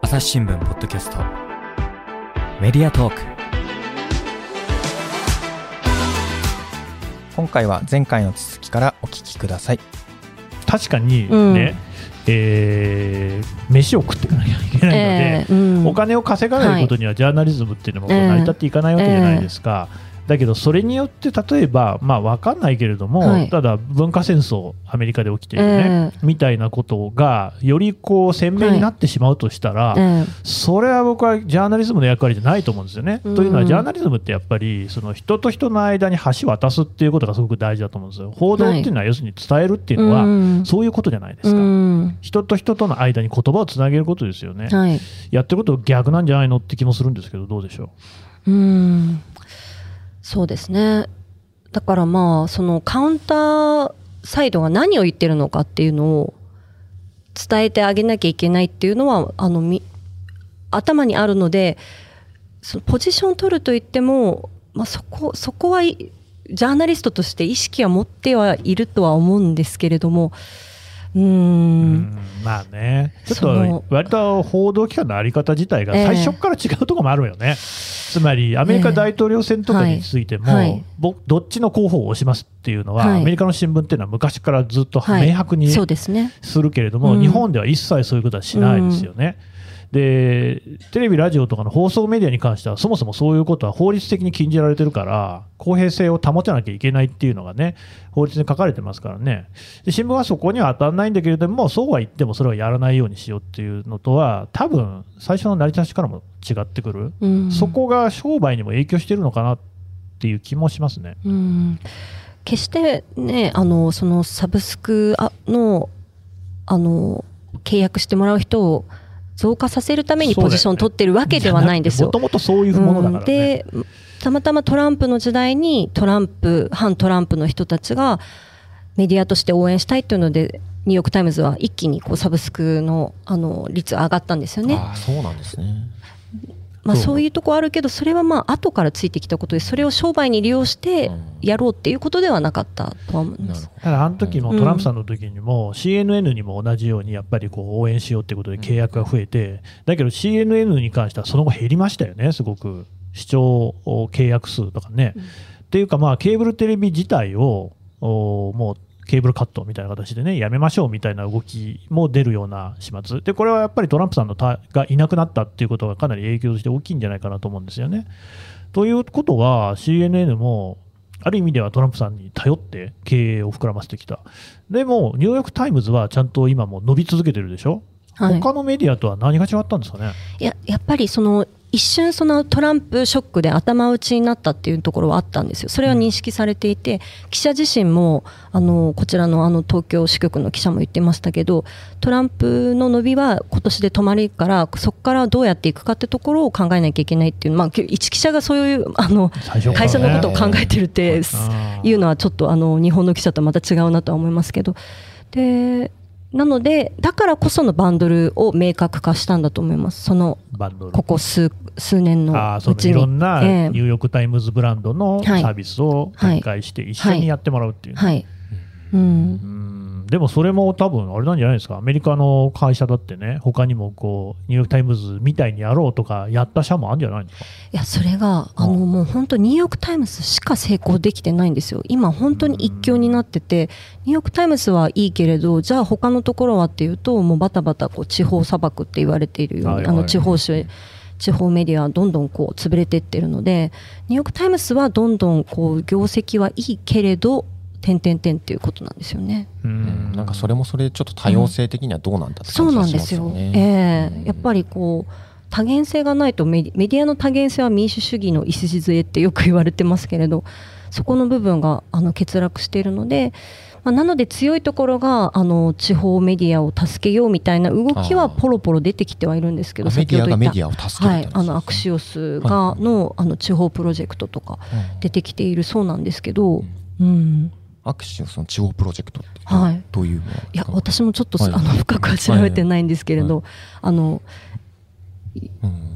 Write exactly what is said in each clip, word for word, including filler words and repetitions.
朝日新聞ポッドキャストメディアトーク。今回は前回の続きからお聞きください。 確かにね、うんえー、飯を食っていかなきゃいけないので、えーうん、お金を稼がないことにはジャーナリズムっていうのも成り立っていかないわけじゃないですか、えーえーだけどそれによって例えば、まあ、分かんないけれども、はい、ただ文化戦争アメリカで起きているね、えー、みたいなことがよりこう鮮明になってしまうとしたら、はいえー、それは僕はジャーナリズムの役割じゃないと思うんですよね、うん、というのはジャーナリズムってやっぱりその人と人の間に橋渡すっていうことがすごく大事だと思うんですよ。報道っていうのは要するに伝えるっていうのは、はい、そういうことじゃないですか、うん、人と人との間に言葉をつなげることですよね、はい、やってること逆なんじゃないのって気もするんですけどどうでしょう。 うーんそうですね。だからまあそのカウンターサイドが何を言ってるのかっていうのを伝えてあげなきゃいけないっていうのはあのみ頭にあるので、そのポジション取るといっても、まあ、そこそこはジャーナリストとして意識は持ってはいるとは思うんですけれども、うーんうんまあねちょっと割と報道機関の在り方自体が最初から違うところもあるよね、えー、つまりアメリカ大統領選とかについても、えーはい、どっちの候補を推しますっていうのは、はい、アメリカの新聞っていうのは昔からずっと明白に、はい、するけれども、うん、日本では一切そういうことはしないですよね、うんでテレビラジオとかの放送メディアに関してはそもそもそういうことは法律的に禁じられてるから公平性を保てなきゃいけないっていうのがね法律に書かれてますからね。で新聞はそこには当たらないんだけれどもそうは言ってもそれはやらないようにしようっていうのとは多分最初の成り立ちからも違ってくる、うん、そこが商売にも影響してるのかなっていう気もしますね、 うん、決してねあのそのサブスクの、あの契約してもらう人を増加させるためにポジションを取ってるわけではないんですよ。 もともとそういうものだからね、 うん、でたまたまトランプの時代にトランプ反トランプの人たちがメディアとして応援したいというのでニューヨークタイムズは一気にこうサブスク の, あの率上がったんですよね。 あそうなんですね。 まあ、そういうところあるけどそれはまあ後からついてきたことでそれを商売に利用してやろうっていうことではなかったとは思います。 ただあの時のトランプさんの時にも シーエヌエヌ にも同じようにやっぱりこう応援しようってことで契約が増えてだけど シーエヌエヌ に関してはその後減りましたよねすごく視聴契約数とかね、うん、っていうかまあケーブルテレビ自体をもうケーブルカットみたいな形でねやめましょうみたいな動きも出るような始末でこれはやっぱりトランプさんのたがいなくなったっていうことがかなり影響として大きいんじゃないかなと思うんですよね。ということは シーエヌエヌ もある意味ではトランプさんに頼って経営を膨らませてきた。でもニューヨークタイムズはちゃんと今も伸び続けてるでしょ、はい、他のメディアとは何が違ったんですかね。 いや、やっぱりその一瞬そのトランプショックで頭打ちになったっていうところはあったんですよ。それは認識されていて、記者自身もあのこちらのあの東京支局の記者も言ってましたけどトランプの伸びは今年で止まるからそこからどうやっていくかってところを考えなきゃいけないっていう、まあ、一記者がそういうあの会社のことを考えてるっていうのはちょっとあの日本の記者とはまた違うなとは思いますけどでなのでだからこそのバンドルを明確化したんだと思います。そのここ 数, 数年のうちにいろんなニューヨークタイムズブランドのサービスを展開して一緒にやってもらうっていう、ね、はいはいうん、うんでもそれも多分あれなんじゃないですか。アメリカの会社だってね他にもこうニューヨークタイムズみたいにやろうとかやった社もあるんじゃないですか。 いやそれがあのもう本当ニューヨークタイムズしか成功できてないんですよ。今本当に一強になっててニューヨークタイムズはいいけれどじゃあ他のところはっていうともうバタバタこう地方砂漠って言われているように、はいはい、あの地方州地方メディアはどんどんこう潰れていってるのでニューヨークタイムズはどんどんこう業績はいいけれど点々点っていうことなんですよね。 うんなんかそれもそれちょっと多様性的にはどうなんだって感じがしますよね、うん、そうなんですよ、 えー、やっぱりこう多元性がないとメディ、メディアの多元性は民主主義の礎ってよく言われてますけれどそこの部分があの欠落しているので、まあ、なので強いところがあの地方メディアを助けようみたいな動きはポロポロ出てきてはいるんですけどメディアがメディアを助ける、 はい、あのアクシオスがの、あの地方プロジェクトとか出てきているそうなんですけど、うんうんアクシオスの地方プロジェクトってどういうの、はい、 いや私もちょっと、はい、あの深くは調べてないんですけれど、はい、あの、うん、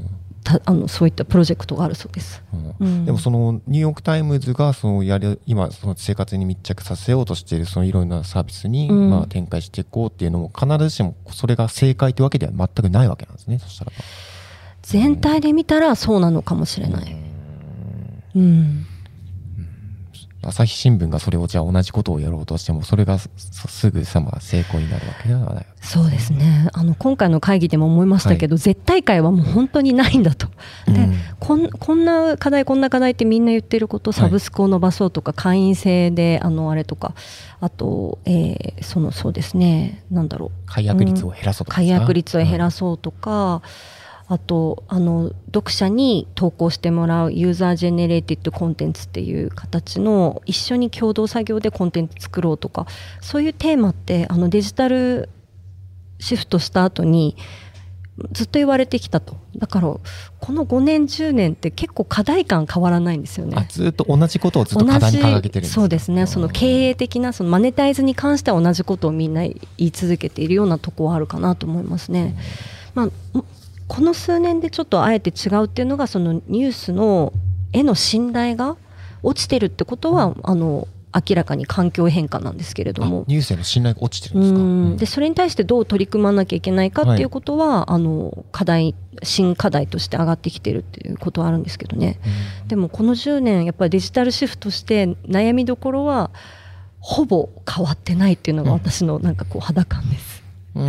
たあのそういったプロジェクトがあるそうです、 うんうん、でもそのニューヨークタイムズがそのやる今その生活に密着させようとしているそのいろんなサービスにまあ展開していこうっていうのも必ずしもそれが正解というわけでは全くないわけなんですね。そしたら全体で見たらそうなのかもしれない、うんうん朝日新聞がそれをじゃあ同じことをやろうとしてもそれが す, すぐさま成功になるわけではない。 そうですね。あの今回の会議でも思いましたけど、はい、絶対解はもう本当にないんだと。で、うん、こ, んこんな課題こんな課題ってみんな言ってること、サブスクを伸ばそうとか、はい、会員制であのあれとか、あと、えー、そのそうですね、なんだろう、 解約率を減らそうとか、 解約率を減らそうとか、はい、あとあの読者に投稿してもらうユーザージェネレーティッドコンテンツっていう形の一緒に共同作業でコンテンツ作ろうとか、そういうテーマってあのデジタルシフトした後にずっと言われてきたと。だからこのごねんじゅうねんって結構課題感変わらないんですよね。 あ、ずっと同じことをずっと課題に掲げてるんですか。 そうですね。その経営的なそのマネタイズに関しては同じことをみんな言い続けているようなところはあるかなと思いますね。まあこの数年でちょっとあえて違うっていうのがそのニュースのへの信頼が落ちてるってことはあの明らかに環境変化なんですけれども、 ニュースへの信頼が落ちてるんですか。 うん、 うん、 でそれに対してどう取り組まなきゃいけないかっていうことは、はい、あの課題新課題として上がってきてるっていうことはあるんですけどね、うん、でもこのじゅうねんやっぱりデジタルシフトして悩みどころはほぼ変わってないっていうのが私のなんかこう肌感です。 うん、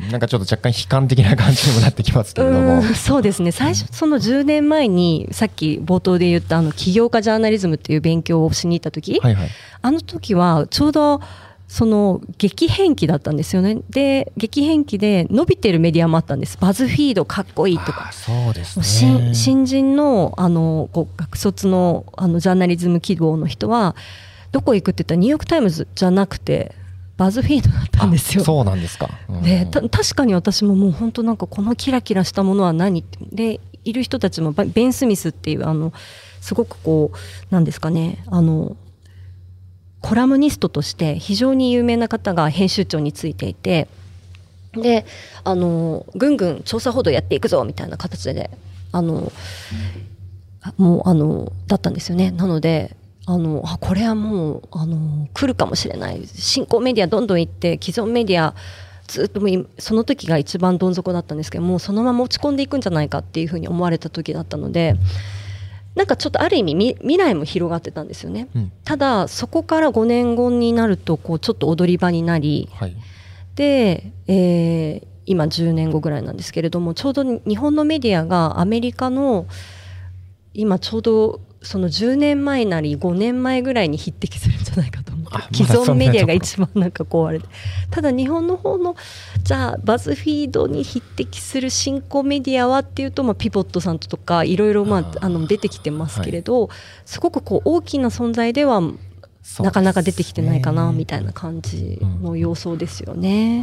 なんかちょっと若干悲観的な感じにもなってきますけれども、 うん、そうですね。最初そのじゅうねんまえにさっき冒頭で言ったあの起業家ジャーナリズムっていう勉強をしに行った時、はいはい、あの時はちょうどその激変期だったんですよね。で激変期で伸びてるメディアもあったんです。バズフィードかっこいいとか、 あ、そうですね、 新, 新人の, あのこう学卒 の, あのジャーナリズム希望の人はどこ行くって言ったらニューヨークタイムズじゃなくてバズフィードだったんですよ。 そうなんですか。うん、 でた確かに私ももう本当なんかこのキラキラしたものは何ってでいる人たちもベン・スミスっていうあのすごくこうなんですかね、あのコラムニストとして非常に有名な方が編集長についていて、であのぐんぐん調査報道やっていくぞみたいな形であのもうあのだったんですよね。なのであのあこれはもうあの来るかもしれない、新興メディアどんどん行って既存メディアずっともうその時が一番どん底だったんですけども、そのまま落ち込んでいくんじゃないかっていうふうに思われた時だったので、なんかちょっとある意味未来も広がってたんですよね、うん、ただそこからごねんごになるとこうちょっと踊り場になり、はい、で、えー、今じゅうねんごぐらいなんですけれども、ちょうど日本のメディアがアメリカの今ちょうどそのじゅうねんまえなりごねんまえぐらいに匹敵するんじゃないかと思って、既存メディアが一番なんかこうあれで、ただ日本の方のじゃあバズフィードに匹敵する新興メディアはっていうと、まあピボットさんとかいろいろまああの出てきてますけれど、はい、すごくこう大きな存在ではなかなか出てきてないかなみたいな感じの様相ですよね。 うん、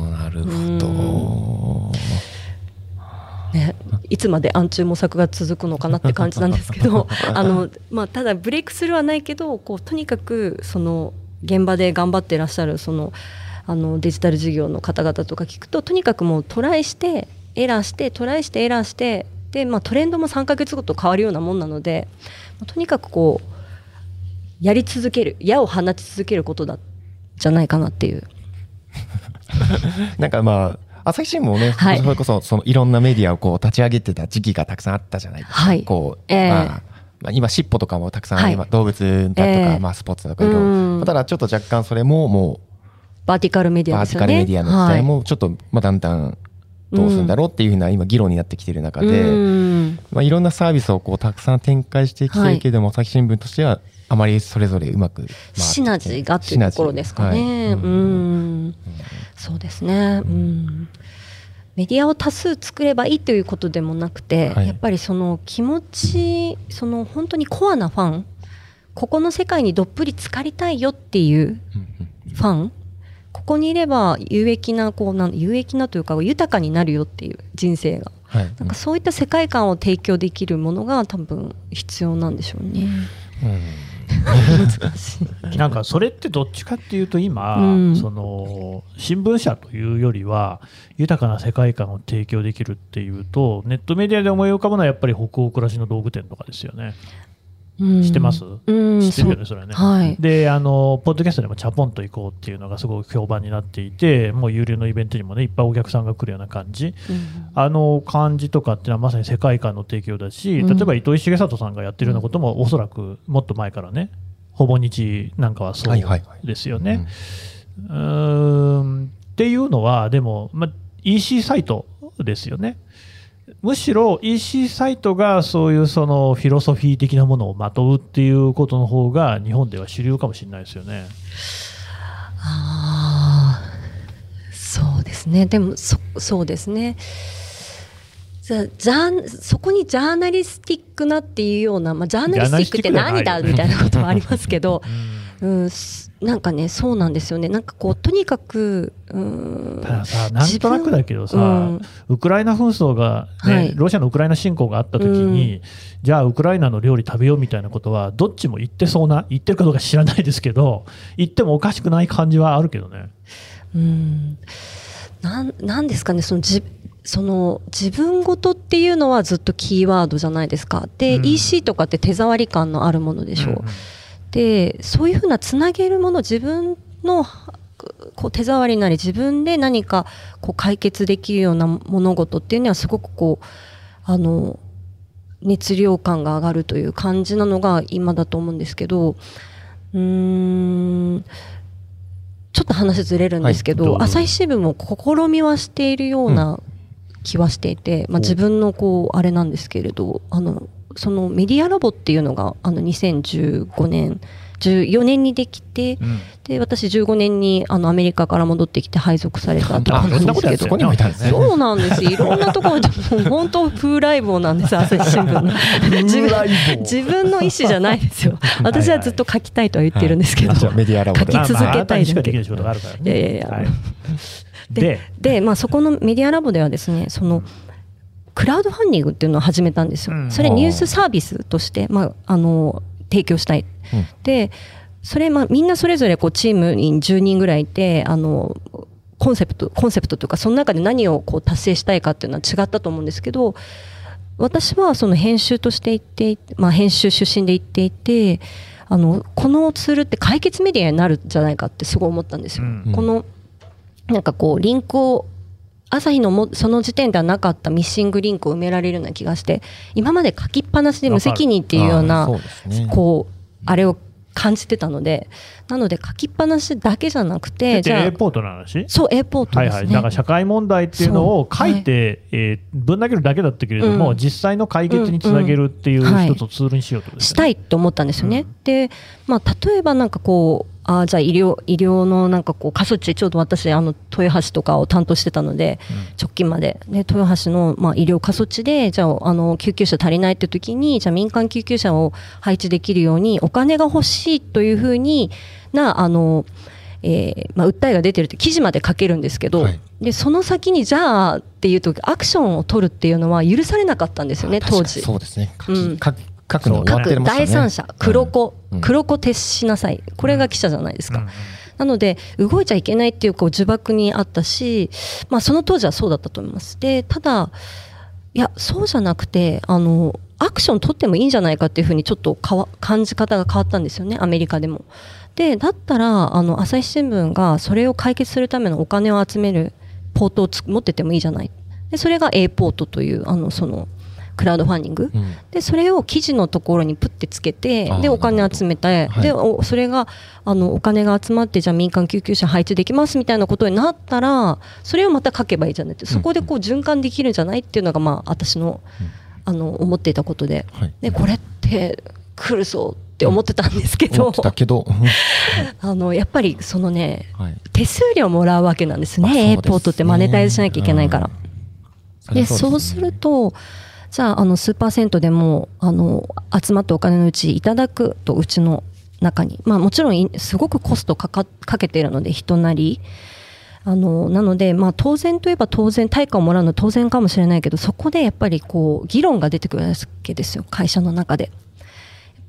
あ、なるほど。 ね、いつまで暗中模索が続くのかなって感じなんですけどあの、まあ、ただブレイクスルーはないけどこうとにかくその現場で頑張ってらっしゃるそのあのデジタル事業の方々とか聞くと、とにかくもうトライしてエラーしてトライしてエラーしてで、まあ、トレンドもさんかげつごと変わるようなもんなので、とにかくこうやり続ける、矢を放ち続けることだじゃないかなっていうなんかまあ朝日新聞もね、はい、それこそそのいろんなメディアをこう立ち上げてた時期がたくさんあったじゃないですか、はい、こう、えーまあまあ、今しっぽとかもたくさん、はい、動物だとか、えーまあ、スポーツとかいろいろ、ただちょっと若干それももうバーティカルメディアですよね。 バーティカルメディアの時代もちょっと、まあ、だんだんどうするんだろうっていうふうな今議論になってきている中で、うんまあ、いろんなサービスをこうたくさん展開してきてるけども、はい、朝日新聞としてはあまりそれぞれうまくシナジーがっていうところですかね、はいうんうん、そうですね、うん、メディアを多数作ればいいということでもなくて、はい、やっぱりその気持ち、その本当にコアなファン、ここの世界にどっぷり浸かりたいよっていうファン、ここにいれば有益な、こうなん有益なというか豊かになるよっていう人生が、はい、なんかそういった世界観を提供できるものが多分必要なんでしょうね。うん難しいなんかそれってどっちかっていうと今、うん、その新聞社というよりは豊かな世界観を提供できるっていうと、ネットメディアで思い浮かぶのはやっぱり北欧暮らしの道具店とかですよね。うん、知ってます？うん、知ってるよね、それはね。はい、で、あのポッドキャストでもチャポンと行こうっていうのがすごく評判になっていて、もう有料のイベントにもねいっぱいお客さんが来るような感じ、うん、あの感じとかっていうのはまさに世界観の提供だし、例えば糸井重里さんがやってるようなこともおそらくもっと前からね、ほぼ日なんかはそうですよね。うーんっていうのはでも、ま、イーシー サイトですよね。むしろ イーシー サイトがそういうそのフィロソフィー的なものをまとうっていうことの方が日本では主流かもしれないですよね。 ああ、そうですね。でも そ, そうですね。じゃじゃそこにジャーナリスティックなっていうような、まあ、ジャーナリスティックって何だみたいなこともありますけど、うん、なんかね、そうなんですよね。なんかこうとにかく、うん、 たださ、なんとなくだけどさ、うん、ウクライナ紛争が、ね、はい、ロシアのウクライナ侵攻があった時に、うん、じゃあウクライナの料理食べようみたいなことはどっちも言ってそうな、言ってるかどうか知らないですけど、言ってもおかしくない感じはあるけどね。 うん、な ん, なんですかね、そのじその自分ごとっていうのはずっとキーワードじゃないですか。で、うん、イーシー とかって手触り感のあるものでしょう、うんうん、でそういうふうなつなげるもの、自分のこう手触りなり自分で何かこう解決できるような物事っていうのはすごくこうあの熱量感が上がるという感じなのが今だと思うんですけど、うーんちょっと話ずれるんですけど、はい、朝日新聞も試みはしているような気はしていて、うん、まあ、自分のこうあれなんですけれど、あのそのメディアラボっていうのがあのにせんじゅうごねんじゅうよねんにできて、うん、で私じゅうごねんにあのアメリカから戻ってきて配属されたところなんですけど、そうなんです、いろんなところでも本当風来坊なんです、朝日新聞の自分自分の意思じゃないですよ。私はずっと書きたいとは言ってるんですけど、はいはい、メディアラボで書き続けたいだけ。いやいやいや、はい、で, で、まあ、そこのメディアラボではですね、そのクラウドファンディングっていうのを始めたんですよ、うん、それニュースサービスとして、まあ、あの提供したい、うん、でそれ、まあ、みんなそれぞれこうチームにじゅうにんぐらいいて、あのコンセプトコンセプトというかその中で何をこう達成したいかっていうのは違ったと思うんですけど、私はその編集として言って、まあ、編集出身で言っていて、あのこのツールって解決メディアになるんじゃないかってすごい思ったんですよ、うん、このなんかこうリンクを朝日のもその時点ではなかったミッシングリンクを埋められるような気がして、今まで書きっぱなしで無責任っていうようなこうあれを感じてたので、なので書きっぱなしだけじゃなくて、 じゃあ A ポートの話、 そう A ポートですね、はいはい、 だから社会問題っていうのを書いて、はい、えー、ぶん投げるだけだったけれども、うん、実際の解決につなげるっていう一つのツールにしようと、ね、 はい、したいと思ったんですよね、うん、で、まあ、例えばなんかこうあじゃあ医療、医療のなんかこう過疎地、ちょうど私あの豊橋とかを担当してたので、うん、直近まで、ね、豊橋のまあ医療過疎地でじゃあ、あの救急車足りないって時に、じゃあ民間救急車を配置できるようにお金が欲しいというふうになあの、えーまあ、訴えが出てるって記事まで書けるんですけど、はい、でその先にじゃあっていうとアクションを取るっていうのは許されなかったんですよね、当時。 そうですね、 うん、 各の終わってましたね。 第三者、黒子、うん、黒子徹しなさい、これが記者じゃないですか、うん、なので動いちゃいけないっていうこう呪縛にあったし、まあ、その当時はそうだったと思います。でただいやそうじゃなくて、あのアクション取ってもいいんじゃないかっていうふうにちょっとかわ感じ方が変わったんですよね、アメリカでも。でだったらあの朝日新聞がそれを解決するためのお金を集めるポートをつ持っててもいいじゃない。でそれが A ポートというあのそのクラウドファンディング、うん、でそれを記事のところにプッてつけて、でお金集めて、はい、でおそれがあのお金が集まって、じゃあ民間救急車配置できますみたいなことになったら、それをまた書けばいいじゃないって、そこでこう循環できるんじゃないっていうのが、まあ、私の、うん、あの思っていたことで、はい、でこれって来るぞって思ってたんですけど、うん、思ってたけどあのやっぱりそのね、はい、手数料もらうわけなんですね、A ポートってマネタイズしなきゃいけないから、うん、でそうするとじゃあ、あの数パーセントでもあの集まったお金のうちいただくと、うちの中に、まあ、もちろんすごくコストかか、かけているので人なりあのなので、まあ、当然といえば当然対価をもらうのは当然かもしれないけど、そこでやっぱりこう議論が出てくるわけですよ、会社の中で。やっ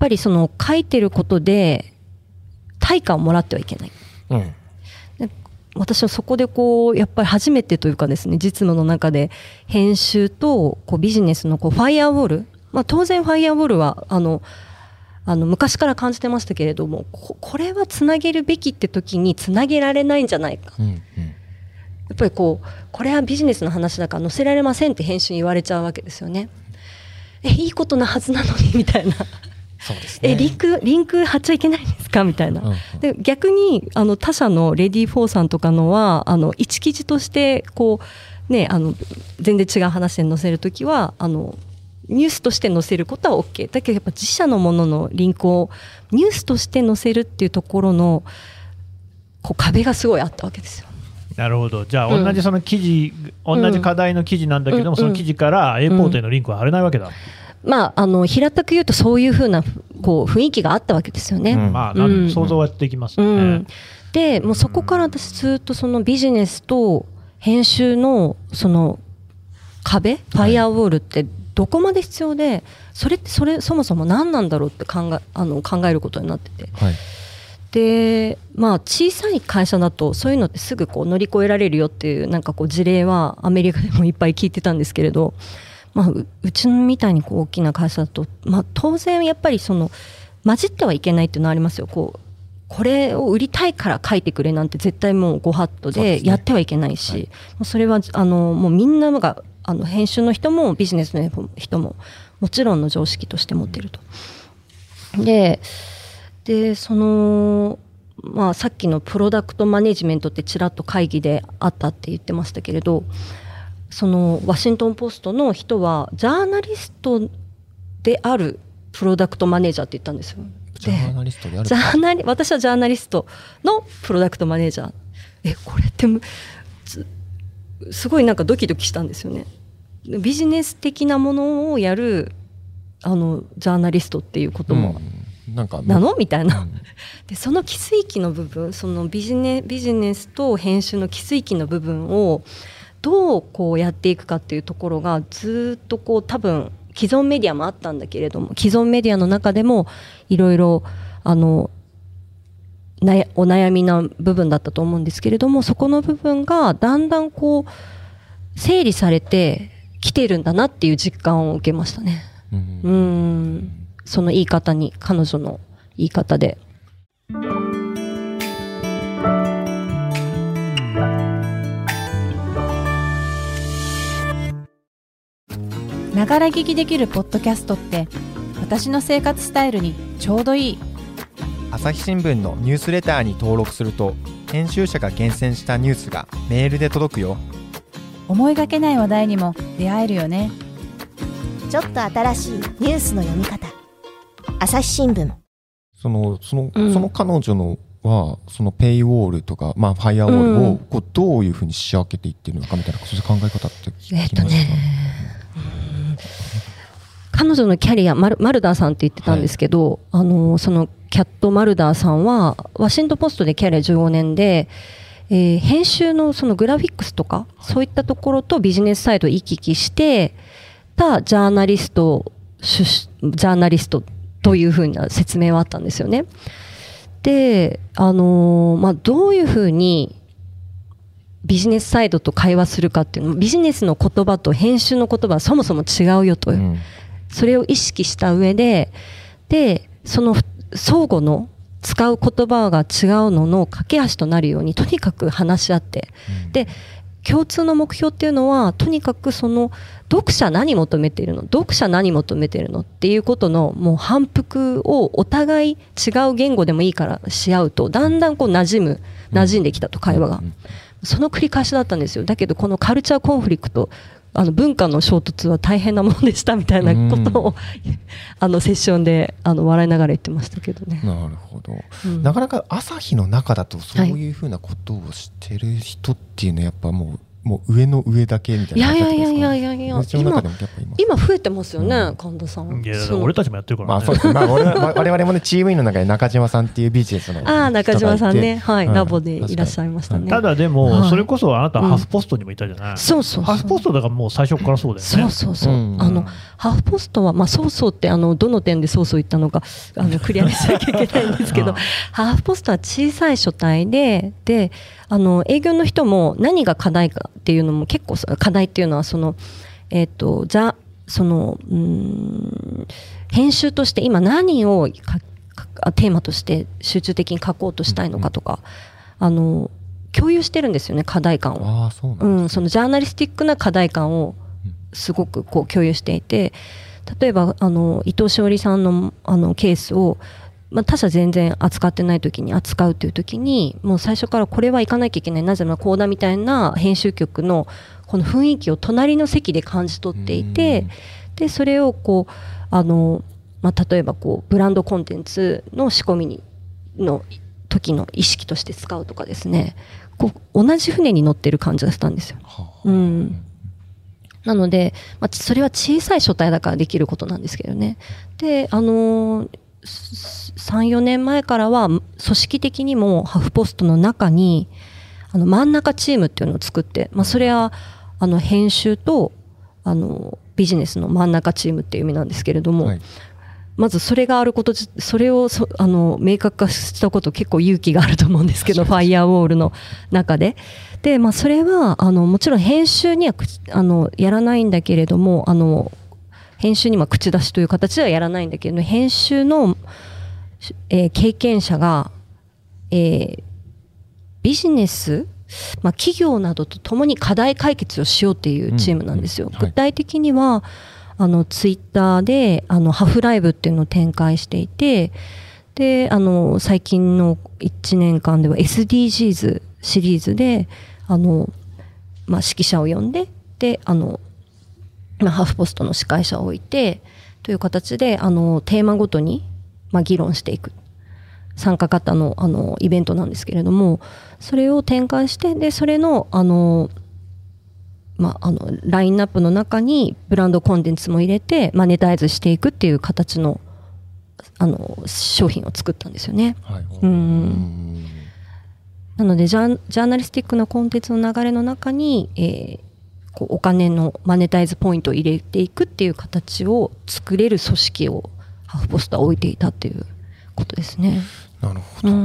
ぱりその書いてることで対価をもらってはいけない、うん、私はそこでこうやっぱり初めてというかですね、実務の中で編集とこうビジネスのこうファイアウォール、まあ、当然ファイアウォールはあのあの昔から感じてましたけれども、 こ, これはつなげるべきって時につなげられないんじゃないか、うんうん、やっぱりこうこれはビジネスの話だから載せられませんって編集に言われちゃうわけですよね。えいいことなはずなのにみたいな、そうですね、えリンクリンク貼っちゃいけないんですかみたいな、うんうん、で逆にあの他社のレディーフォーさんとかのはあの一記事としてこう、ね、あの全然違う話で載せるときはあのニュースとして載せることは OK だけど、やっぱ自社のもののリンクをニュースとして載せるっていうところのこう壁がすごいあったわけですよ。 なるほど。じゃあ同じその記事、うん、同じ課題の記事なんだけども、うん、その記事から A ポートへのリンクは貼れないわけだ、 うん、まあ、あの平たく言うとそういうふうなこう雰囲気があったわけですよね、 うん、まあ、なん想像はできますよね、うん、 でもうそこから私ずっとそのビジネスと編集のその壁、ファイアウォールってどこまで必要で、それってそれそもそも何なんだろうって考え、あの考えることになってて、はい、でまあ、小さい会社だとそういうのってすぐこう乗り越えられるよっていうなんかこう事例はアメリカでもいっぱい聞いてたんですけれど、まあ、う, うちみたいにこう大きな会社だと、まあ、当然やっぱりその混じってはいけないっていうのはありますよ。こうこれを売りたいから書いてくれなんて絶対もうご法度でやってはいけないし、そ, ね、はい、それはあのもうみんながあの編集の人もビジネスの人ももちろんの常識として持っていると。ででその、まあ、さっきのプロダクトマネジメントってちらっと会議であったって言ってましたけれど、そのワシントンポストの人はジャーナリストであるプロダクトマネージャーって言ったんですよ。 ジャーナリストであるジャーナリ私はジャーナリストのプロダクトマネージャー、えこれってすごいなんかドキドキしたんですよね。ビジネス的なものをやるあのジャーナリストっていうことも、うん、なんかなのみたいな、うん、でその基礎域の部分、そのビジネ、ビジネスと編集の基礎域の部分をどうこうやっていくかっていうところがずっとこう多分既存メディアもあったんだけれども、既存メディアの中でもいろいろあのなお悩みな部分だったと思うんですけれども、そこの部分がだんだんこう整理されてきてるんだなっていう実感を受けましたね。うん、うーんその言い方に、彼女の言い方で。 ながら聞きできるポッドキャストって私の生活スタイルにちょうどいい。 朝日新聞のニュースレターに登録すると編集者が厳選したニュースがメールで届くよ。 思いがけない話題にも出会えるよね。 ちょっと新しいニュースの読み方、朝日新聞。 そのその、うん、その彼女のはそのペイウォールとか、まあ、ファイアウォールをこうどういうふうに仕分けていってるのかみたいな、そういう考え方って聞きましたか？えっとね、 彼女のキャリア、マル、マルダーさんって言ってたんですけど、はい、あのそのキャット・マルダーさんはワシントンポストでキャリアじゅうごねんで、えー、編集のそのグラフィックスとか、はい、そういったところとビジネスサイドを行き来してたジャーナリスト、ジャーナリストというふうな説明はあったんですよね。で、あのーまあ、どういうふうにビジネスサイドと会話するかっていうのも、ビジネスの言葉と編集の言葉はそもそも違うよと、うん、それを意識した上で、でその相互の使う言葉が違うのの架け橋となるようにとにかく話し合って、うん、で共通の目標っていうのはとにかくその読者何求めているの、読者何求めているのっていうことのもう反復をお互い違う言語でもいいからし合うと、だんだんこう馴染む馴染んできたと、会話がその繰り返しだったんですよ。だけどこのカルチャーコンフリクト、あの文化の衝突は大変なものでしたみたいなことをあのセッションであの笑いながら言ってましたけどね。 なるほど、うん、なかなか朝日の中だとそういうふうなことをしてる人っていうのはやっぱもうもう上の上だけみたいな。 いやいやいやいやいや、今今増えてますよね、うん、神田さん。 いや俺たちもやってるからね。まあそうですね。 まあ我々我々もねチーム員の中で中島さんっていうビジネスの人がいて、 ああ中島さんね、はい、うん、ラボでいらっしゃいましたね。 ただでも、はい、それこそあなたハーフポストにもいたじゃない。うん、 そうそうそう。 ハーフポストだからもう最初からそうだよね。 そうそうそう。うん、あのハーフポストはまあそうそうってあのどの点でそうそう言ったのかあのクリアにしなきゃいけないんですけど、ハーフポストは小さい書体でで。あの営業の人も何が課題かっていうのも結構課題っていうのはその、えーと、じゃそのうーん編集として今何をかかテーマとして集中的に書こうとしたいのかとか、うんうん、あの共有してるんですよね、課題感を。 あ、そうなんですね。うん、 そのジャーナリスティックな課題感をすごくこう共有していて、例えばあの伊藤詩織さんのあのケースをまあ、他社全然扱ってない時に扱うという時にもう最初からこれは行かなきゃいけない、なぜならコーダみたいな編集局のこの雰囲気を隣の席で感じ取っていて、でそれをこうあの、まあ、例えばこうブランドコンテンツの仕込みにの時の意識として使うとかですね、こう同じ船に乗ってる感じがしたんですよ。うん、なので、まあ、それは小さい書体だからできることなんですけどね。であのーさん、よねんまえからは組織的にもハフポストの中にあの真ん中チームっていうのを作って、まあ、それはあの編集とあのビジネスの真ん中チームっていう意味なんですけれども、はい、まずそれがあること、それをそあの明確化したこと結構勇気があると思うんですけど、ファイヤーウォールの中でで、まあ、それはあのもちろん編集にはあのやらないんだけれども、あの編集には口出しという形ではやらないんだけど、編集の、えー、経験者が、えー、ビジネス、まあ、企業などとともに課題解決をしようっていうチームなんですよ。うんうん、はい、具体的にはあのツイッターであのハフライブっていうのを展開していて、であの最近のいちねんかんでは エスディージーズ シリーズであの、まあ、指揮者を呼んでであのまあ、ハーフポストの司会者を置いてという形であのテーマごとに、まあ、議論していく参加型 の, あのイベントなんですけれども、それを展開してでそれのあの、まあ、あのラインナップの中にブランドコンテンツも入れてマネタイズしていくっていう形 の, あの商品を作ったんですよね。はい、うんなのでジ ャ, ジャーナリスティックなコンテンツの流れの中に、えーこうお金のマネタイズポイントを入れていくっていう形を作れる組織をハーフポストは置いていたっていうことですね。 なるほどな、うん、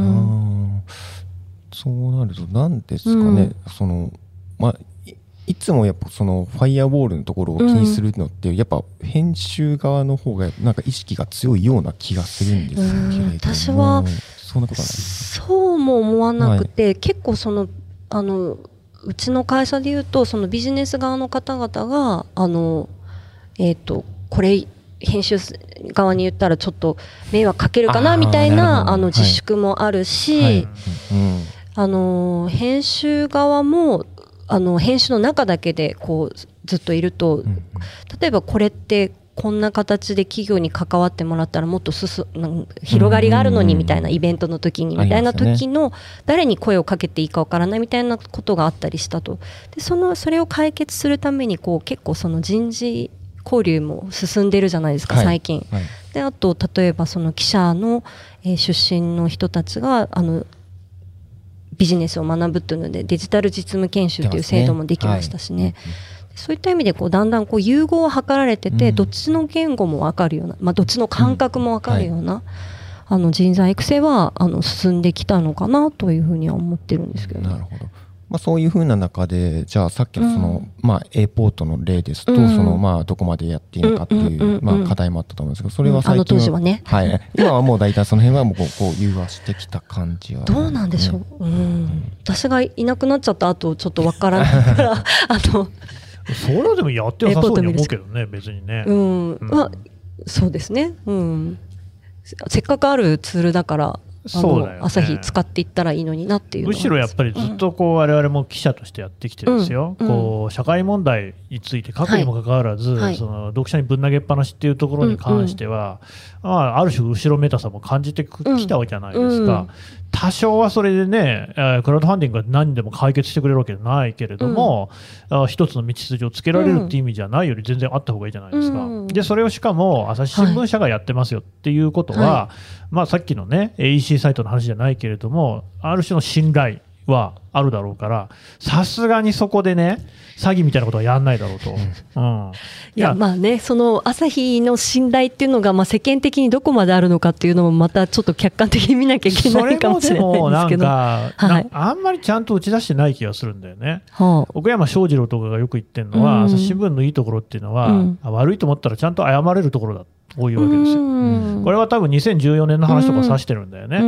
そうなると何ですかね、うん、そのまあ い, いつもやっぱそのファイヤーウォールのところを気にするのって、うん、やっぱ編集側の方がなんか意識が強いような気がするんですけれども、うん、 私はそんなことはないですか？ そうも思わなくて、はい、結構そのあのうちの会社でいうとそのビジネス側の方々があの、えー、とこれ編集側に言ったらちょっと迷惑かけるかなみたい な, ああの自粛もあるし、はいはいうん、あの編集側もあの編集の中だけでこうずっといると、うん、例えばこれってこんな形で企業に関わってもらったらもっとすす広がりがあるのにみたいなイベントの時にみたいな時の誰に声をかけていいかわからないみたいなことがあったりしたと。で そ, のそれを解決するためにこう結構その人事交流も進んでるじゃないですか最近、はいはい、であと例えばその記者の、えー、出身の人たちがあのビジネスを学ぶというのでデジタル実務研修という制度もできましたしね。そういった意味でこうだんだんこう融合を図られてて、うん、どっちの言語も分かるような、まあ、どっちの感覚も分かるような、うんはい、あの人材育成はあの進んできたのかなというふうには思ってるんですけど、ね、 なるほど。まあ、そういうふうな中でじゃあさっきのその、うんまあ、A ポートの例ですと、うん、そのまあどこまでやっていいのかっていう、うんうんまあ、課題もあったと思うんですけど、それは最近は、うん、あの当時はね、はい、今はもう大体その辺はもうこうこう融和してきた感じは、ね、 どうなんでしょう、うんうん、私がいなくなっちゃった後ちょっとわからないからあのそれはでもやってなさそうに思うけどね別にね、 うんうんまあ、そうですね、うん、せっかくあるツールだからそうだよね、朝日使っていったらいいのになっていうのはむしろやっぱりずっとこう我々も記者としてやってきてるんですよ、うん、こう社会問題について書くにもかかわらず、はい、その読者にぶん投げっぱなしっていうところに関しては、うんうんまあ、ある種後ろめたさも感じてきたわけじゃないですか、うんうん、 多少はそれでね、クラウドファンディングが何でも解決してくれるわけじゃないけれども、うん、一つの道筋をつけられるっていう意味じゃないより全然あった方がいいじゃないですか、うん、でそれをしかも朝日新聞社がやってますよっていうことは、はい、まあ、さっきのね エーイーシー サイトの話じゃないけれどもある種の信頼はあるだろうからさすがにそこでね詐欺みたいなことはやんないだろうと、うんうん、 いやまあねその朝日の信頼っていうのがまあ世間的にどこまであるのかっていうのもまたちょっと客観的に見なきゃいけないかもしれないんですけど、それもでもなんか、 はい、あんまりちゃんと打ち出してない気がするんだよね、はあ、奥山翔二郎とかがよく言ってるのは、うん、朝日新聞のいいところっていうのは、うん、悪いと思ったらちゃんと謝れるところだこういうわけですよ、うん、これは多分にせんじゅうよねんの話とか指してるんだよね、うん、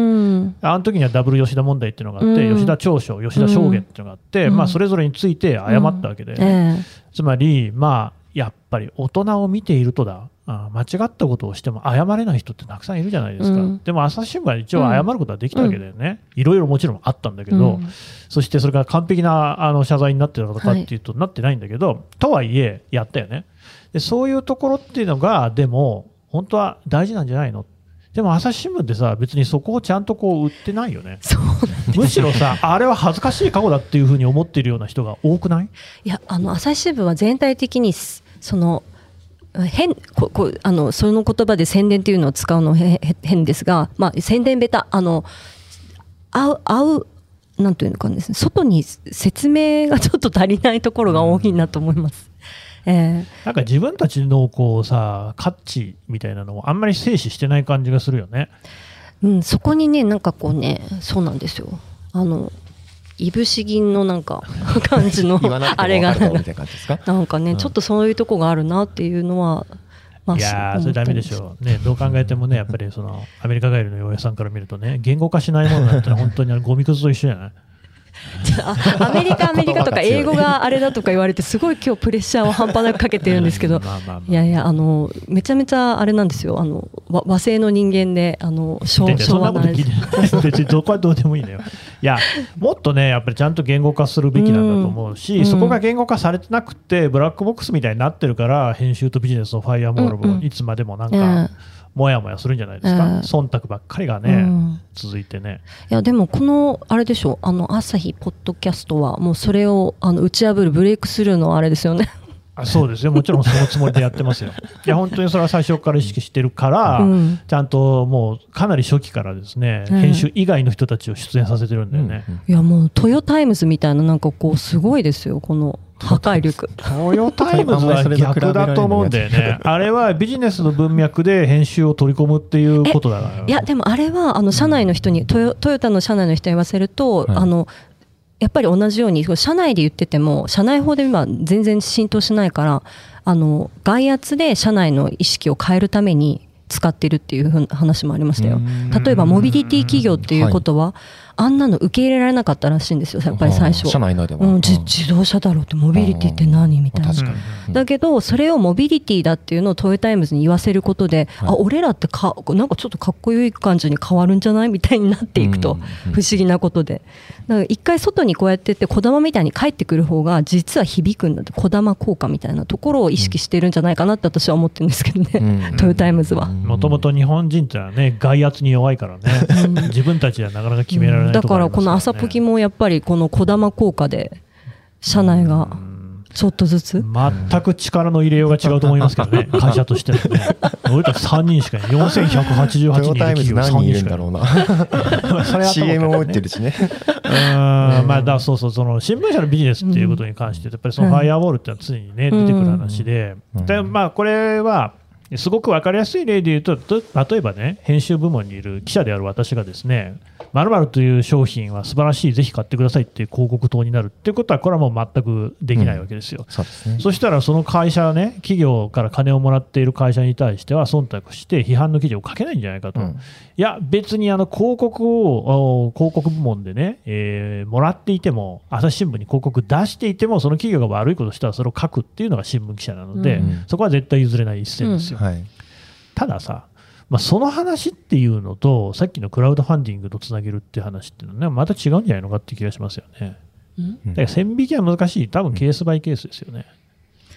あの時にはダブル吉田問題っていうのがあって、うん、吉田長所吉田証言っていうのがあって、うん、まあ、それぞれについて謝ったわけで、うんえー、つまりまあやっぱり大人を見ているとだあ間違ったことをしても謝れない人ってたくさんいるじゃないですか、うん、でも朝日新聞は一応謝ることはできたわけだよね、いろいろもちろんあったんだけど、うん、そしてそれが完璧なあの謝罪になってたのかっていうと、はい、なってないんだけどとはいえやったよね。でそういうところっていうのがでも本当は大事なんじゃないの。でも朝日新聞ってさ別にそこをちゃんとこう売ってないよね。 そうなんです。 むしろさあれは恥ずかしい過去だっていうふうに思っているような人が多くない？ いやあの朝日新聞は全体的にその変ここあのその言葉で宣伝っていうのを使うの変ですが、まあ、宣伝ベタあの合う合うなんていうのかですね外に説明がちょっと足りないところが多いなと思います。えー、 なんか自分たちのこうさ価値みたいなのをあんまり軽視してない感じがするよね、 うん、そこにねなんかこうねそうなんですよあのいぶし銀のなんか感じのあれがなんかね、うん、ちょっとそういうとこがあるなっていうのは、まあ、 いやそれダメでしょうね。どう考えてもねやっぱりそのアメリカ帰りの洋平さんから見るとね言語化しないものなんてのは本当にゴミくずと一緒じゃないアメリカアメリカとか英語があれだとか言われてすごい今日プレッシャーを半端なくかけてるんですけどいやいやあのめちゃめちゃあれなんですよあの和, 和製の人間であの昭和な別にどこはどうでもいいのよ。いやもっとねやっぱりちゃんと言語化するべきなんだと思うし、うん、そこが言語化されてなくてブラックボックスみたいになってるから編集とビジネスのファイアモールもいつまでもなんか、うんうんもやもやするんじゃないですか、えー、忖度ばっかりがね、うん、続いてね。 いやでもこのあれでしょあの朝日ポッドキャストはもうそれをあの打ち破るブレイクスルーのあれですよね。 あそうですよもちろんそのつもりでやってますよ。いや本当にそれは最初から意識してるから、うん、ちゃんともうかなり初期からですね、うん、編集以外の人たちを出演させてるんだよね、 うんうん、いやもうトヨタイムズみたいななんかこうすごいですよこの破壊力。 トヨタイムズは逆だと思うんだよね。あれはビジネスの文脈で編集を取り込むっていうことだから。 いやでもあれはあの社内の人に、うん、トヨ、トヨタの社内の人に言わせると、はい、あのやっぱり同じように社内で言ってても社内法で今全然浸透しないからあの外圧で社内の意識を変えるために使ってるっていう話もありましたよ。例えばモビリティ企業っていうことは、はい、あんなの受け入れられなかったらしいんですよやっぱり最初。 社内では、 うん、自, 自動車だろうってモビリティって何みたいな。確かに。だけどそれをモビリティだっていうのをトヨタイムズに言わせることで、はい、あ俺らってかなんかちょっとかっこいい感じに変わるんじゃないみたいになっていくと、不思議なことでだから一回外にこうやってって小玉みたいに帰ってくる方が実は響くんだって小玉効果みたいなところを意識してるんじゃないかなって私は思ってるんですけどね、うん、トヨタイムズはもともと日本人ってのはね外圧に弱いからね自分たちではなかなか決められないところありますからね。だからこの朝ポキもやっぱりこの小玉効果で社内がちょっとずつ全く力の入れようが違うと思いますけどね会社としてもね俺たちさんにんしかいないよんせんひゃくはちじゅうはちにんいる企業さんにんしかいるんだろうなそれは シーエム も打ってるしねうんまあだそうそうその新聞社のビジネスっていうことに関してやっぱりそのファイアウォールってのは常にね出てくる話で、でまあこれはすごく分かりやすい例で言うと、例えばね編集部門にいる記者である私がですね〇〇という商品は素晴らしいぜひ買ってくださいっていう広告塔になるっていうことはこれはもう全くできないわけですよ、うん そうですね、そしたらその会社ね企業から金をもらっている会社に対しては忖度して批判の記事を書けないんじゃないかと、うん、いや別にあの広告を広告部門でね、えー、もらっていても朝日新聞に広告出していてもその企業が悪いことしたらそれを書くっていうのが新聞記者なので、うん、そこは絶対譲れない一線ですよ、うんはい、たださまあ、その話っていうのとさっきのクラウドファンディングとつなげるっていう話っていうのは、ね、また違うんじゃないのかっていう気がしますよね。だから線引きは難しい多分ケースバイケースですよね。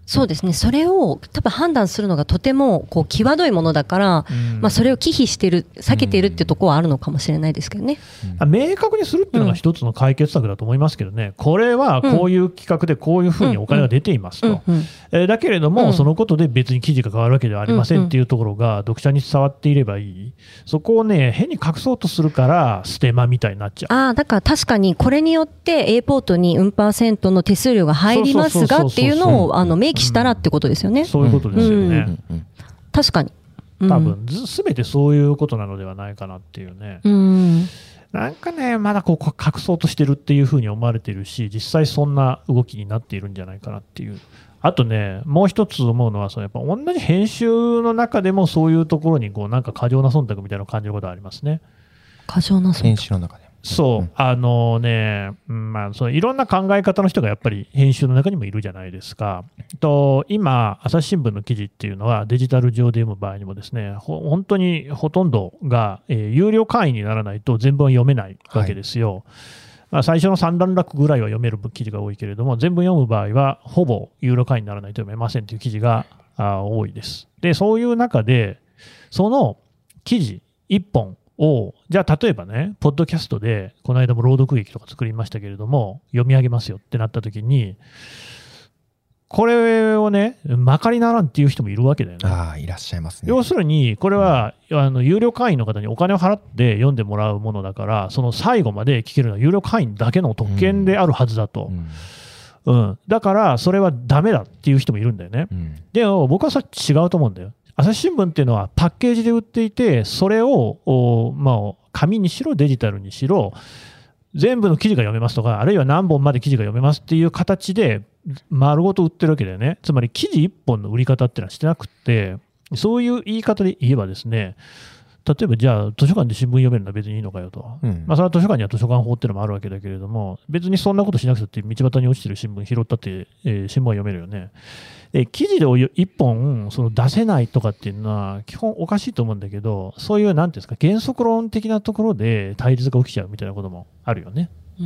そうですね、それを多分判断するのがとてもこう際どいものだから、うん、まあ、それを忌避している避けているっていうところはあるのかもしれないですけどね、 うん、明確にするっていうのが一つの解決策だと思いますけどね、うん、これはこういう企画でこういうふうにお金が出ていますと、えだけれども、うん、そのことで別に記事が変わるわけではありませんっていうところが読者に伝わっていればいい、そこをね変に隠そうとするからステマみたいになっちゃう。 あ、だから確かにこれによって A ポートにうんパーセントの手数料が入りますがっていうのをあの明記したらってことですよね、 うん、そういうことですよね、うんうん、確かに、 うん、多分すべてそういうことなのではないかなっていうね、うん、なんかねまだこう隠そうとしてるっていうふうに思われてるし、実際そんな動きになっているんじゃないかなっていう。あとねもう一つ思うのはそのやっぱ同じ編集の中でもそういうところにこうなんか過剰な忖度みたいなのを感じることがありますね。 過剰な忖度、 編集の中でそう、うん、あのね、まあ、そのいろんな考え方の人がやっぱり編集の中にもいるじゃないですか。と今、朝日新聞の記事っていうのはデジタル上で読む場合にもですね、ほ本当にほとんどが、えー、有料会員にならないと全文は読めないわけですよ。はい、まあ、最初のさん段落ぐらいは読める記事が多いけれども、全文読む場合はほぼ有料会員にならないと読めませんという記事があ多いです。で、そういう中で、その記事いっぽんをじゃあ例えばねポッドキャストでこの間も朗読劇とか作りましたけれども読み上げますよってなった時にこれをねまかりならんっていう人もいるわけだよね。 ああ、いらっしゃいますね。 要するにこれは、うん、あの有料会員の方にお金を払って読んでもらうものだから、その最後まで聞けるのは有料会員だけの特権であるはずだと、うんうんうん、だからそれはダメだっていう人もいるんだよね、うん、でも僕はそれ違うと思うんだよ。朝日新聞っていうのはパッケージで売っていて、それを、まあ、紙にしろデジタルにしろ全部の記事が読めますとか、あるいは何本まで記事が読めますっていう形で丸ごと売ってるわけだよね。つまり記事いっぽんの売り方っていうのはしてなくて、そういう言い方で言えばですね、例えばじゃあ図書館で新聞読めるのは別にいいのかよと、うん、まあ、それは図書館には図書館法っていうのもあるわけだけれども、別にそんなことしなくて道端に落ちてる新聞拾ったって、えー、新聞は読めるよね。で記事でいっぽんその出せないとかっていうのは基本おかしいと思うんだけど、そういうなんていうんですか原則論的なところで対立が起きちゃうみたいなこともあるよね。 うん、うん、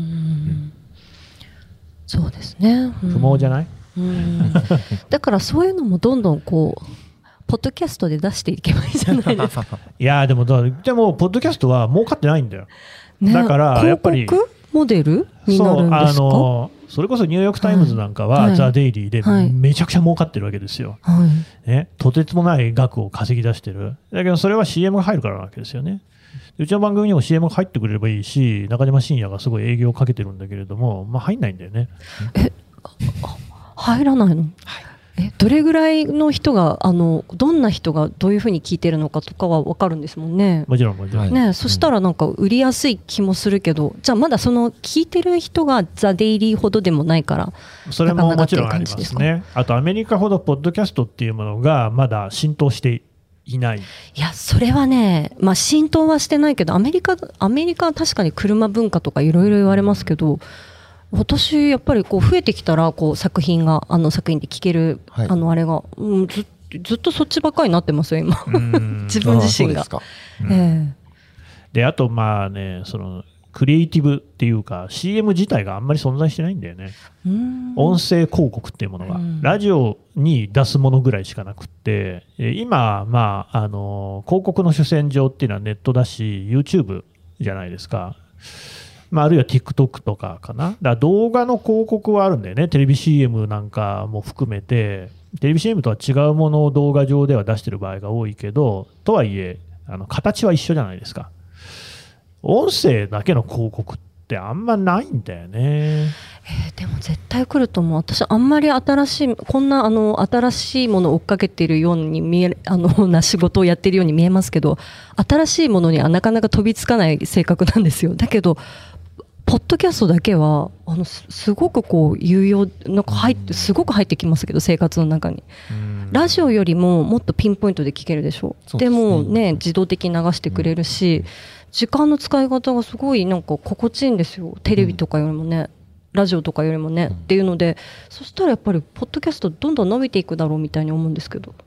そうですね、 うん、不毛じゃない？ うん、だからそういうのもどんどんこうポッドキャストで出していけばいいじゃないですか。 いやでもだでもポッドキャストは儲かってないんだよ、ね、だからやっぱり広告モデルになるんですか？そうあのそれこそニューヨークタイムズなんかは、はい、ザ・デイリーでめちゃくちゃ儲かってるわけですよ、はいね、とてつもない額を稼ぎ出してる。だけどそれは シーエム が入るからなわけですよね。うちの番組にも シーエム が入ってくれればいいし、中島信也がすごい営業をかけてるんだけれども、まあ、入んないんだよね。 え入らないの？はい、えどれぐらいの人があのどんな人がどういうふうに聞いてるのかとかは分かるんですもんね。 もちろんもちろん、 ね、そしたらなんか売りやすい気もするけど、うん、じゃあまだその聞いてる人がザ・デイリーほどでもないからそれももちろんありますね。あとアメリカほどポッドキャストっていうものがまだ浸透していない。 いやそれはね、まあ、浸透はしてないけどアメリカアメリカは確かに車文化とかいろいろ言われますけど、私やっぱりこう増えてきたらこう作品があの作品で聴ける、はい、あのあれが、うん、ず, ずっとそっちばっかりになってますよ今自分自身が。あ、 うんえー、であとまあねそのクリエイティブっていうか シーエム 自体があんまり存在してないんだよね。うん音声広告っていうものがラジオに出すものぐらいしかなくって今、まあ、あの広告の主戦場っていうのはネットだし YouTube じゃないですか。まあ、あるいは TikTok とかかな。だから動画の広告はあるんだよね。テレビ シーエム なんかも含めてテレビ シーエム とは違うものを動画上では出してる場合が多いけど、とはいえあの形は一緒じゃないですか。音声だけの広告ってあんまないんだよね。 えー、でも絶対来ると思う。私あんまり新しいこんなあの新しいものを追っかけているように見えあのな仕事をやっているように見えますけど、新しいものにはなかなか飛びつかない性格なんですよ。だけどポッドキャストだけはあの す, すごくこう有用なんか入ってすごく入ってきますけど生活の中に。ラジオよりももっとピンポイントで聞けるでしょ。う で, でもね自動的に流してくれるし、うん、時間の使い方がすごいなんか心地いいんですよ。テレビとかよりもね、うん、ラジオとかよりもね、うん、っていうので、そしたらやっぱりポッドキャストどんどん伸びていくだろうみたいに思うんですけど。 い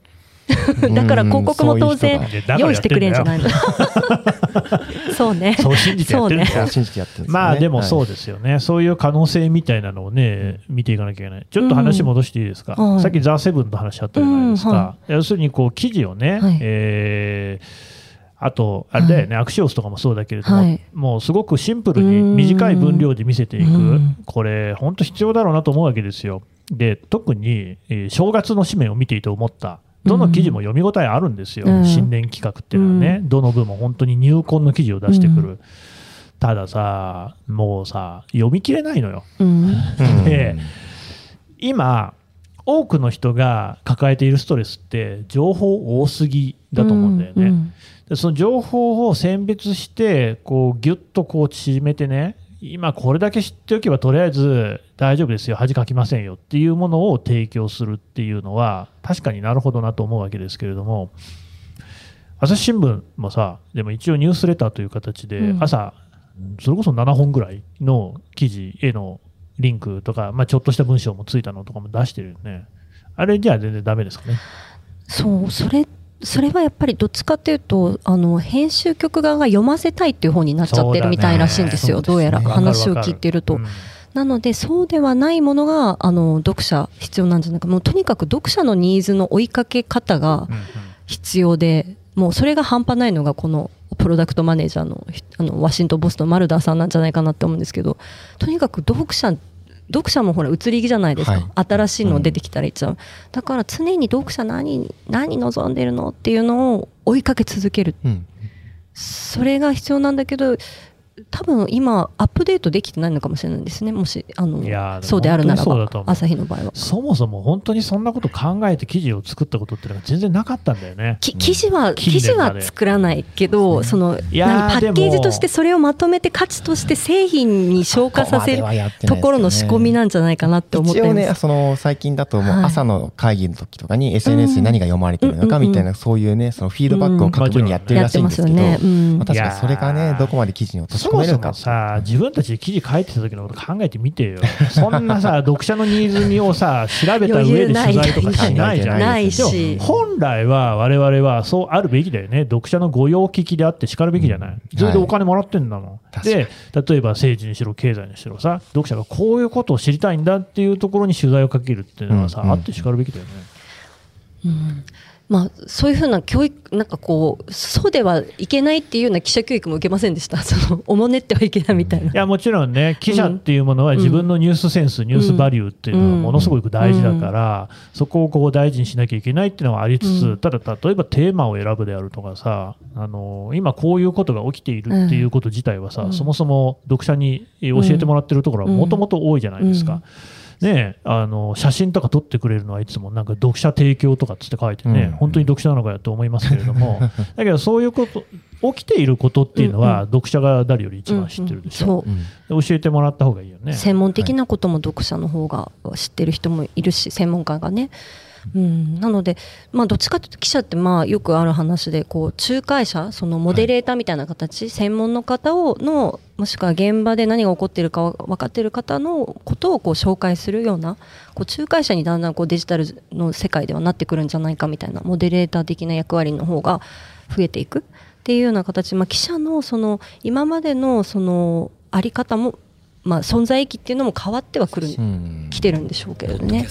だから広告も当然用意してくれるんじゃないのそうねそう信じてやってるんだよ、 そう信じてやってるんですよね。 まあでもそうですよね、はい、そういう可能性みたいなのをね見ていかなきゃいけない。ちょっと話戻していいですか、うん、さっきザ・セブンの話あったじゃないですか、うんはい、要するにこう記事をね、はい、えーあとあれだよね、はい、アクシオスとかもそうだけれども、はい、もうすごくシンプルに短い分量で見せていく、これ本当必要だろうなと思うわけですよ。で特に、えー、正月の紙面を見ていて思った、どの記事も読み応えあるんですよ、うん、新年企画っていうのはね、うん、どの部も本当に入魂の記事を出してくる、うん、たださもうさ読み切れないのよ、うん、で今多くの人が抱えているストレスって情報多すぎだと思うんだよね、うんうんでその情報を選別してこうギュッとこう縮めてね、今これだけ知っておけばとりあえず大丈夫ですよ、恥かきませんよっていうものを提供するっていうのは確かになるほどなと思うわけですけれども、朝日新聞もさでも一応ニュースレターという形で朝それこそななほんぐらいの記事へのリンクとか、まあ、ちょっとした文章もついたのとかも出してるよね。あれじゃあ全然ダメですかね。 そうそれそれはやっぱりどっちかというとあの編集局側が読ませたいっていう方になっちゃってるみたいらしいんですよ、どうやら話を聞いてると、うん、なのでそうではないものがあの読者必要なんじゃないか。もうとにかく読者のニーズの追いかけ方が必要で、うんうん、もうそれが半端ないのがこのプロダクトマネージャー の, あのワシントンポストのマルダーさんなんじゃないかなって思うんですけど、とにかく読者読者もほら移り気じゃないですか、はい、新しいの出てきたらいっちゃう、うん、だから常に読者 何, 何望んでるのっていうのを追いかけ続ける、うん、それが必要なんだけど多分今アップデートできてないのかもしれないですね、もしあのそうであるならば朝日の場合は。 そもそも本当にそんなこと考えて記事を作ったことってのが全然なかったんだよね。 き記事は記事は作らないけど、うん、そのパッケージとしてそれをまとめて価値として製品に消化させるところの仕込みなんじゃないかなって思ってます。 一応ねその最近だともう朝の会議の時とかに エスエヌエス に何が読まれてるのかみたいな、そういうねそのフィードバックを各分にやってるらしいんですけど、まあ、確かにそれがねどこまで記事に落とし込めるか。 自分たちで記事書いてた時のこと考えてみてよ。そんなさ読者のニーズをさ調べた上で取材とかしないじゃないですか。でも本来は我々はそうあるべきだよね。読者の御用聞きであってしかるべきじゃない、うん、それでお金もらってんだもん、はい、で例えば政治にしろ経済にしろさ読者がこういうことを知りたいんだっていうところに取材をかけるっていうのはさ、うん、あってしかるべきだよね、 うんまあ、そういうふうな教育なんかこうそうではいけないっていうような記者教育も受けませんでした。そのおもねってはいけないみたいな。 いやもちろんね記者っていうものは自分のニュースセンス、うん、ニュースバリューっていうのはものすごく大事だから、うん、そこをこう大事にしなきゃいけないっていうのはありつつ、うん、ただ例えばテーマを選ぶであるとかさあの今こういうことが起きているっていうこと自体はさ、うん、そもそも読者に教えてもらってるところはもともと多いじゃないですか、うんうんね、あの写真とか撮ってくれるのはいつもなんか読者提供とかつって書いてね、うん、本当に読者なのかよと思いますけれどもだけどそういうこと起きていることっていうのは読者が誰より一番知ってるでしょ、うんうん、教えてもらった方がいいよね。 専門的なことも読者の方が知ってる人もいるし専門家がね、うん、なので、まあ、どっちかというと記者ってまあよくある話でこう仲介者そのモデレーターみたいな形、はい、専門の方をのもしくは現場で何が起こっているか分かっている方のことをこう紹介するようなこう仲介者にだんだんこうデジタルの世界ではなってくるんじゃないかみたいなモデレーター的な役割の方が増えていくっていうような形、まあ、記者のその今までのそのあり方も、まあ、存在意義っていうのも変わってはくるきてるんでしょうけれどね。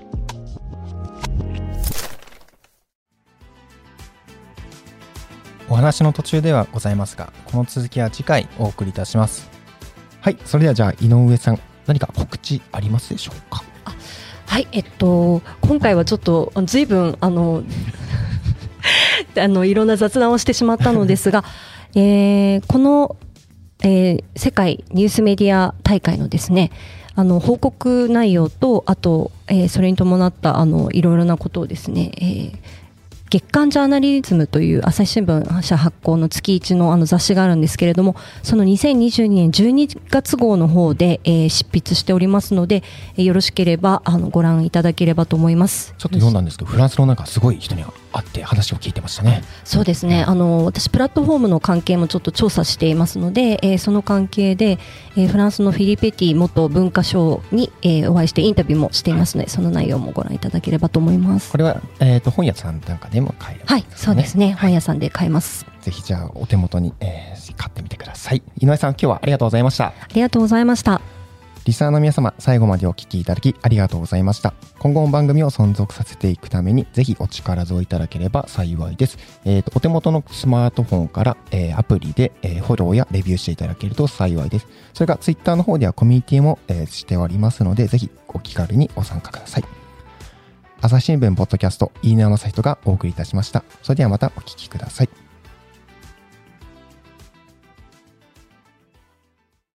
お話の途中ではございますがこの続きは次回お送りいたします。はい、それではじゃあ井上さん何か告知ありますでしょうか。 あはいえっと今回はちょっと随分あのあのいろんな雑談をしてしまったのですが、えー、この、えー、世界ニュースメディア大会のですねあの報告内容とあと、えー、それに伴ったあのいろいろなことをですね、えー月刊ジャーナリズムという朝日新聞社発行の月一のあの雑誌があるんですけれどもそのにせんにじゅうにねんじゅうにがつ号の方で、えー、執筆しておりますので、えー、よろしければあのご覧いただければと思います。 ちょっと読んだんですけどフランスのなんかすごい人にあって話を聞いてましたね。 そうですね、あの私プラットフォームの関係もちょっと調査していますので、えー、その関係で、えー、フランスのフィリペティ元文化相に、えー、お会いしてインタビューもしていますので、その内容もご覧いただければと思います。 これは、えー、と本屋さんなんかでも買える、ね、 はい、そうですね、本屋さんで買えます。 ぜひじゃあお手元に、えー、買ってみてください。井上さん、今日はありがとうございました。 ありがとうございました。 リスナーの皆様、最後までお聞きいただきありがとうございました。今後も番組を存続させていくためにぜひお力添えいただければ幸いです。えーと、お手元のスマートフォンから、えー、アプリで、えー、フォローやレビューしていただけると幸いです。それからツイッターの方ではコミュニティも、えー、しておりますので、ぜひお気軽にご参加ください。朝日新聞ポッドキャスト飯沼正人がお送りいたしました。それではまたお聞きください。